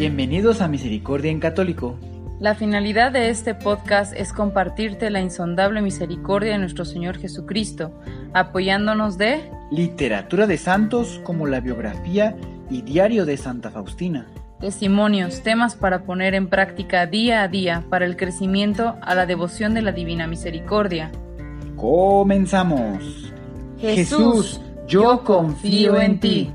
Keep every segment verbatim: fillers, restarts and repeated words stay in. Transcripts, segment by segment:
Bienvenidos a Misericordia en Católico. La finalidad de este podcast es compartirte la insondable misericordia de nuestro Señor Jesucristo, apoyándonos de literatura de santos como la biografía y diario de Santa Faustina, testimonios, temas para poner en práctica día a día para el crecimiento a la devoción de la Divina Misericordia. ¡Comenzamos! Jesús, yo confío en ti.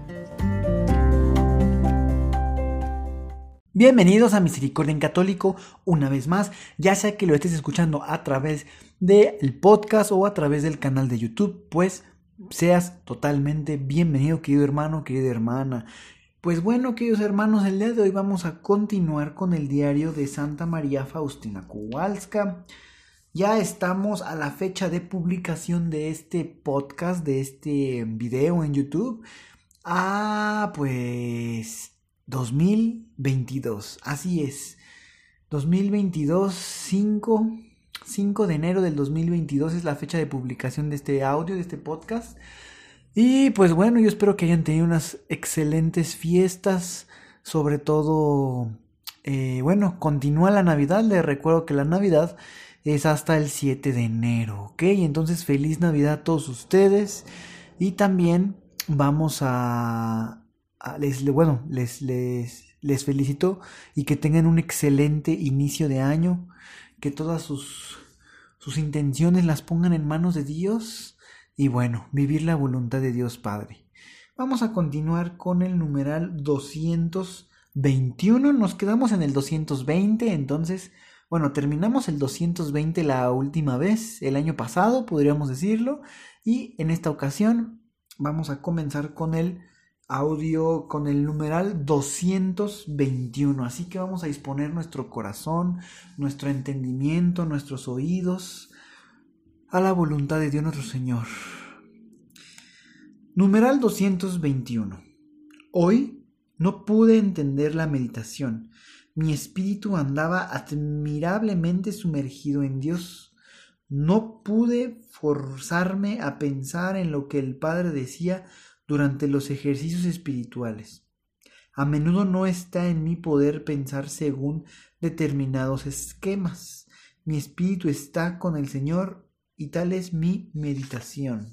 Bienvenidos a Misericordia en Católico, una vez más, ya sea que lo estés escuchando a través del podcast o a través del canal de YouTube, pues seas totalmente bienvenido, querido hermano, querida hermana. Pues bueno, queridos hermanos, el día de hoy vamos a continuar con el diario de Santa María Faustina Kowalska. Ya estamos a la fecha de publicación de este podcast, de este video en YouTube. Ah, pues dos mil veintidós, así es. dos mil veintidós, cinco, cinco de enero del dos mil veintidós es la fecha de publicación de este audio, de este podcast. Y pues bueno, yo espero que hayan tenido unas excelentes fiestas, sobre todo, eh, bueno, continúa la Navidad. Les recuerdo que la Navidad es hasta el siete de enero, ¿ok? Entonces, feliz Navidad a todos ustedes. Y también vamos a, a les, bueno, les, les, les felicito y que tengan un excelente inicio de año, que todas sus, sus intenciones las pongan en manos de Dios. Y bueno, vivir la voluntad de Dios Padre. Vamos a continuar con el numeral doscientos veintiuno. Nos quedamos en el doscientos veinte, entonces, bueno, terminamos el doscientos veinte la última vez, el año pasado, podríamos decirlo. Y en esta ocasión vamos a comenzar con el audio, con el numeral doscientos veintiuno. Así que vamos a disponer nuestro corazón, nuestro entendimiento, nuestros oídos a la voluntad de Dios nuestro Señor. Numeral doscientos veintiuno. Hoy no pude entender la meditación. Mi espíritu andaba admirablemente sumergido en Dios. No pude forzarme a pensar en lo que el Padre decía durante los ejercicios espirituales. A menudo no está en mi poder pensar según determinados esquemas. Mi espíritu está con el Señor y tal es mi meditación.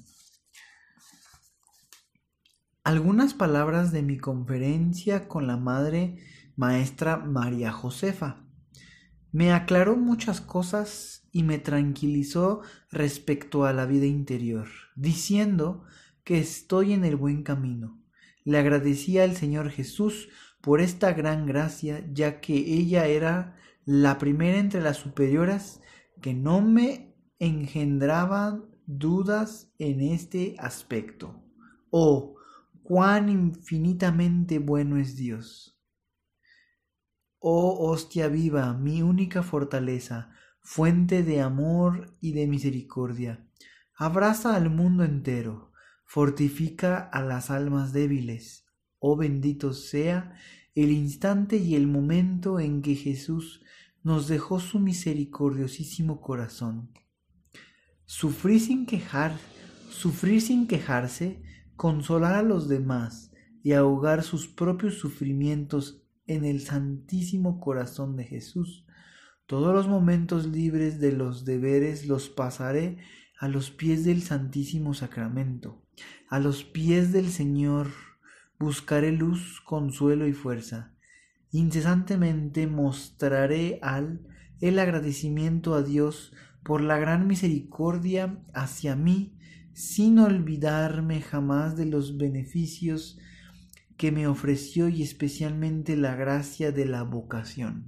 Algunas palabras de mi conferencia con la Madre Maestra María Josefa. Me aclaró muchas cosas y me tranquilizó respecto a la vida interior, diciendo que estoy en el buen camino. Le agradecí al Señor Jesús por esta gran gracia, ya que ella era la primera entre las superioras que no me engendraban dudas en este aspecto. Oh, cuán infinitamente bueno es Dios. Oh hostia viva, mi única fortaleza, fuente de amor y de misericordia, abraza al mundo entero, fortifica a las almas débiles. Oh bendito sea el instante y el momento en que Jesús nos dejó su misericordiosísimo corazón. Sufrir sin quejar, sufrir sin quejarse, consolar a los demás y ahogar sus propios sufrimientos en el Santísimo Corazón de Jesús. Todos los momentos libres de los deberes los pasaré a los pies del Santísimo Sacramento. A los pies del Señor buscaré luz, consuelo y fuerza. Incesantemente mostraré al el agradecimiento a Dios por la gran misericordia hacia mí, sin olvidarme jamás de los beneficios que me ofreció y especialmente la gracia de la vocación.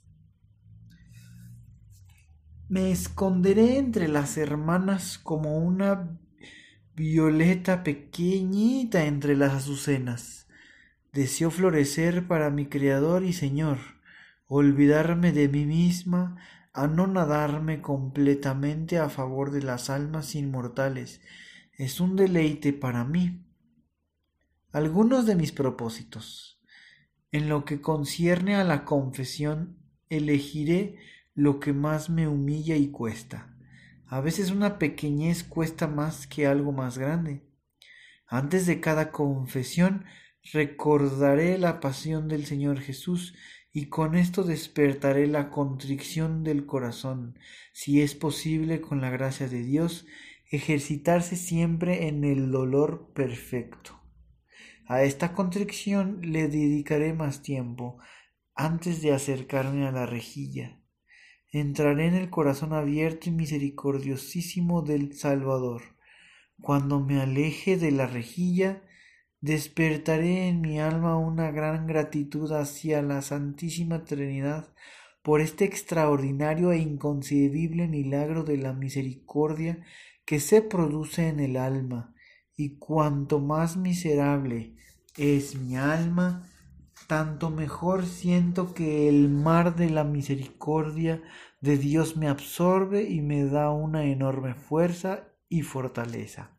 Me esconderé entre las hermanas como una violeta pequeñita entre las azucenas. Deseo florecer para mi Creador y Señor, olvidarme de mí misma, anonadarme completamente a favor de las almas inmortales. Es un deleite para mí. Algunos de mis propósitos. En lo que concierne a la confesión, elegiré lo que más me humilla y cuesta. A veces una pequeñez cuesta más que algo más grande. Antes de cada confesión, recordaré la pasión del Señor Jesús y con esto despertaré la contrición del corazón, si es posible con la gracia de Dios, ejercitarse siempre en el dolor perfecto. A esta contrición le dedicaré más tiempo antes de acercarme a la rejilla. Entraré en el corazón abierto y misericordiosísimo del Salvador. Cuando me aleje de la rejilla, despertaré en mi alma una gran gratitud hacia la Santísima Trinidad por este extraordinario e inconcebible milagro de la misericordia que se produce en el alma, y cuanto más miserable es mi alma, tanto mejor siento que el mar de la misericordia de Dios me absorbe y me da una enorme fuerza y fortaleza.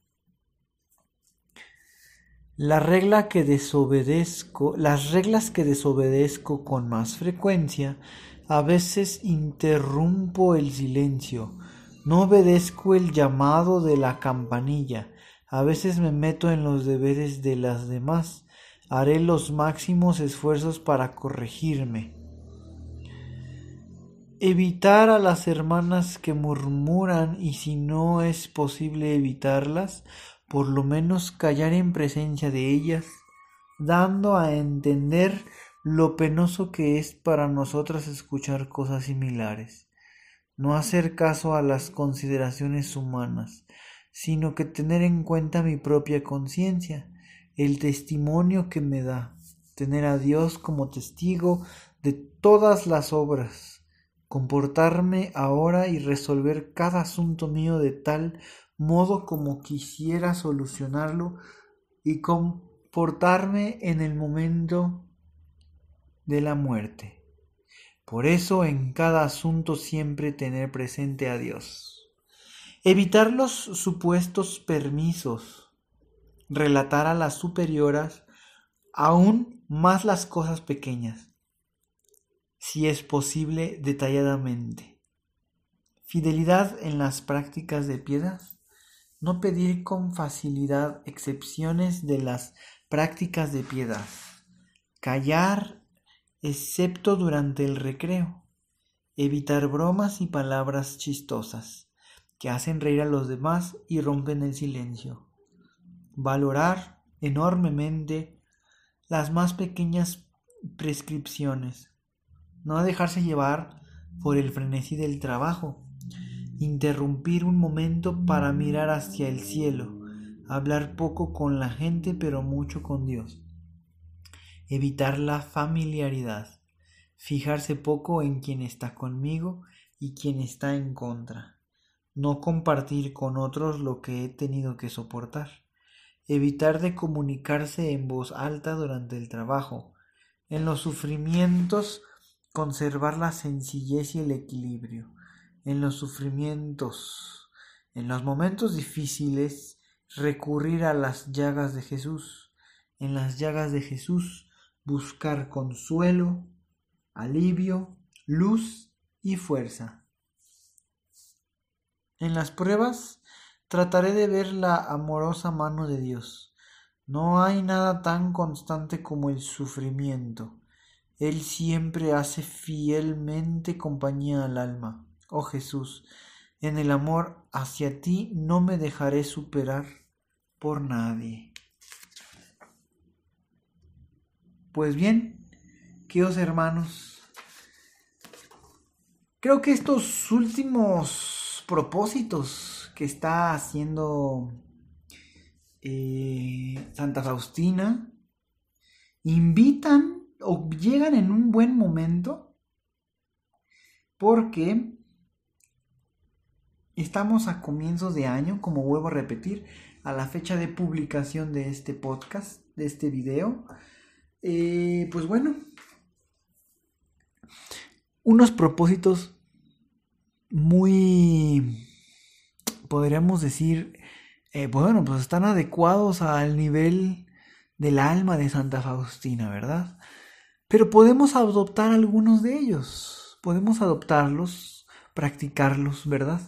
La regla que desobedezco, las reglas que desobedezco con más frecuencia, a veces interrumpo el silencio, no obedezco el llamado de la campanilla, a veces me meto en los deberes de las demás, haré los máximos esfuerzos para corregirme. Evitar a las hermanas que murmuran y si no es posible evitarlas, por lo menos callar en presencia de ellas, dando a entender lo penoso que es para nosotras escuchar cosas similares. No hacer caso a las consideraciones humanas, sino que tener en cuenta mi propia conciencia, el testimonio que me da, tener a Dios como testigo de todas las obras, comportarme ahora y resolver cada asunto mío de tal modo como quisiera solucionarlo y comportarme en el momento de la muerte. Por eso en cada asunto siempre tener presente a Dios. Evitar los supuestos permisos. Relatar a las superioras aún más las cosas pequeñas, si es posible detalladamente. Fidelidad en las prácticas de piedad. No pedir con facilidad excepciones de las prácticas de piedad. Callar excepto durante el recreo. Evitar bromas y palabras chistosas que hacen reír a los demás y rompen el silencio. Valorar enormemente las más pequeñas prescripciones. No dejarse llevar por el frenesí del trabajo. Interrumpir un momento para mirar hacia el cielo. Hablar poco con la gente pero mucho con Dios. Evitar la familiaridad. Fijarse poco en quien está conmigo y quien está en contra. No compartir con otros lo que he tenido que soportar. Evitar de comunicarse en voz alta durante el trabajo. En los sufrimientos, conservar la sencillez y el equilibrio. En los sufrimientos, en los momentos difíciles, recurrir a las llagas de Jesús. En las llagas de Jesús, buscar consuelo, alivio, luz y fuerza. En las pruebas, trataré de ver la amorosa mano de Dios. No hay nada tan constante como el sufrimiento. Él siempre hace fielmente compañía al alma. Oh Jesús, en el amor hacia ti no me dejaré superar por nadie. Pues bien, queridos hermanos, creo que estos últimos propósitos que está haciendo eh, Santa Faustina invitan o llegan en un buen momento porque estamos a comienzos de año, como vuelvo a repetir, a la fecha de publicación de este podcast, de este video. Eh, pues bueno, unos propósitos muy, podríamos decir, eh, bueno, pues están adecuados al nivel del alma de Santa Faustina, ¿verdad? Pero podemos adoptar algunos de ellos, podemos adoptarlos, practicarlos, ¿verdad?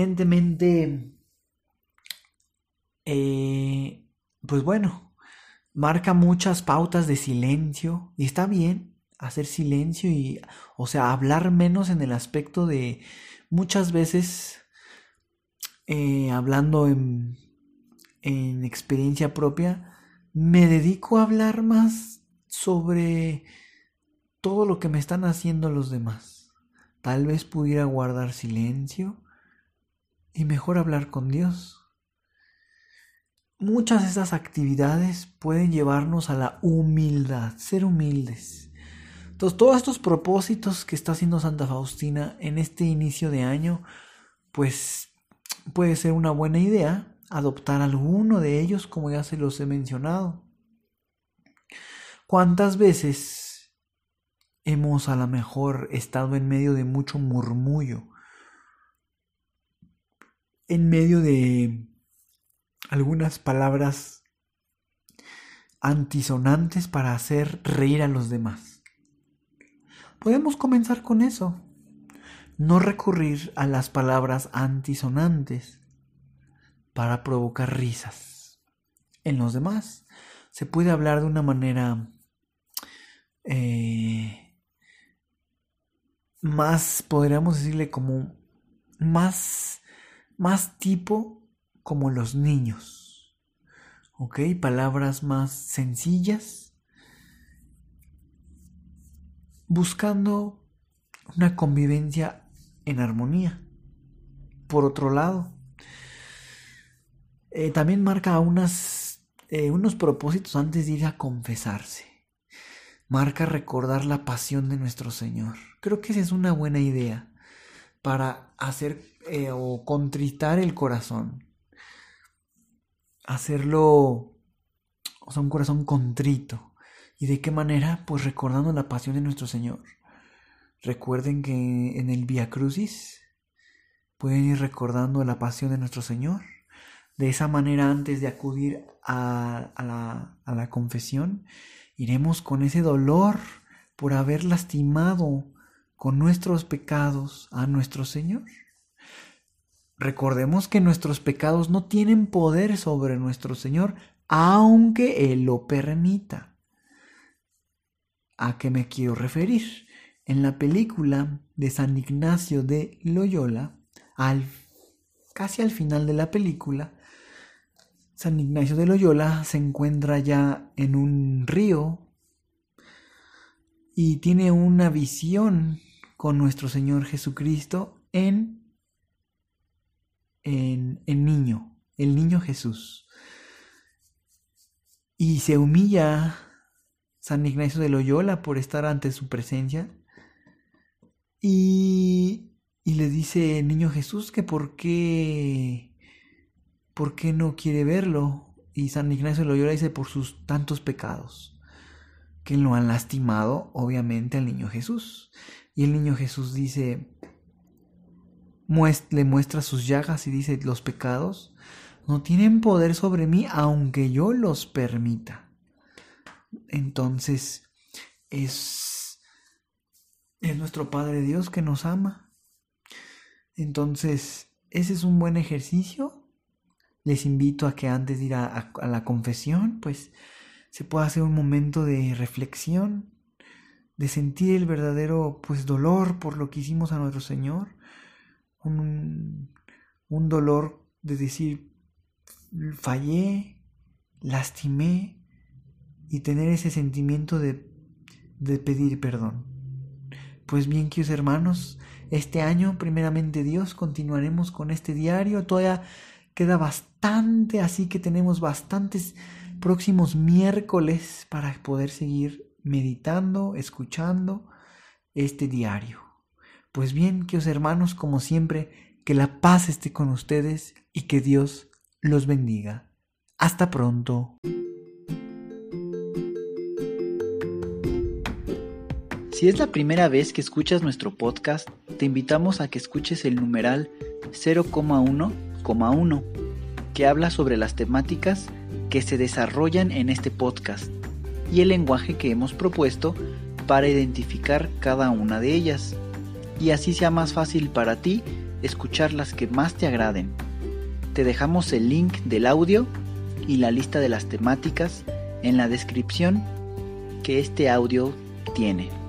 Evidentemente, eh, pues bueno, marca muchas pautas de silencio y está bien hacer silencio y, o sea, hablar menos en el aspecto de muchas veces eh, hablando en, en experiencia propia, me dedico a hablar más sobre todo lo que me están haciendo los demás. Tal vez pudiera guardar silencio y mejor hablar con Dios. Muchas de esas actividades pueden llevarnos a la humildad, ser humildes. Entonces, todos estos propósitos que está haciendo Santa Faustina en este inicio de año, pues puede ser una buena idea adoptar alguno de ellos, como ya se los he mencionado. ¿Cuántas veces hemos a lo mejor estado en medio de mucho murmullo, en medio de algunas palabras antisonantes para hacer reír a los demás? Podemos comenzar con eso. No recurrir a las palabras antisonantes para provocar risas en los demás. Se puede hablar de una manera eh, más, podríamos decirle como más, más tipo como los niños. ¿Ok? Palabras más sencillas, buscando una convivencia en armonía. Por otro lado, eh, también marca unas, eh, unos propósitos antes de ir a confesarse. Marca recordar la pasión de nuestro Señor. Creo que esa es una buena idea para hacer eh, o contritar el corazón. Hacerlo, o sea, un corazón contrito. ¿Y de qué manera? Pues recordando la pasión de nuestro Señor. Recuerden que en el Vía Crucis pueden ir recordando la pasión de nuestro Señor. De esa manera, antes de acudir a, a, la, a la confesión, iremos con ese dolor por haber lastimado con nuestros pecados a nuestro Señor. Recordemos que nuestros pecados no tienen poder sobre nuestro Señor, aunque Él lo permita. ¿A qué me quiero referir? En la película de San Ignacio de Loyola, al, casi al final de la película, San Ignacio de Loyola se encuentra ya en un río y tiene una visión con nuestro Señor Jesucristo en, en, en niño, el niño Jesús. Y se humilla San Ignacio de Loyola por estar ante su presencia. Y, y le dice el niño Jesús que por qué, por qué no quiere verlo. Y San Ignacio de Loyola dice por sus tantos pecados que lo han lastimado, obviamente, al niño Jesús. Y el niño Jesús dice, muest- le muestra sus llagas y dice, los pecados no tienen poder sobre mí, aunque yo los permita. Entonces, es, es nuestro Padre Dios que nos ama. Entonces, ese es un buen ejercicio. Les invito a que antes de ir a, a, a la confesión, pues, se pueda hacer un momento de reflexión, de sentir el verdadero, pues, dolor por lo que hicimos a nuestro Señor. Un, un dolor de decir, fallé, lastimé, y tener ese sentimiento de, de pedir perdón. Pues bien, queridos hermanos, este año, primeramente Dios, continuaremos con este diario. Todavía queda bastante, así que tenemos bastantes próximos miércoles para poder seguir meditando, escuchando este diario. Pues bien, queridos hermanos, como siempre, que la paz esté con ustedes y que Dios los bendiga. Hasta pronto. Si es la primera vez que escuchas nuestro podcast, te invitamos a que escuches el numeral cero coma uno coma uno, que habla sobre las temáticas que se desarrollan en este podcast y el lenguaje que hemos propuesto para identificar cada una de ellas, y así sea más fácil para ti escuchar las que más te agraden. Te dejamos el link del audio y la lista de las temáticas en la descripción que este audio tiene.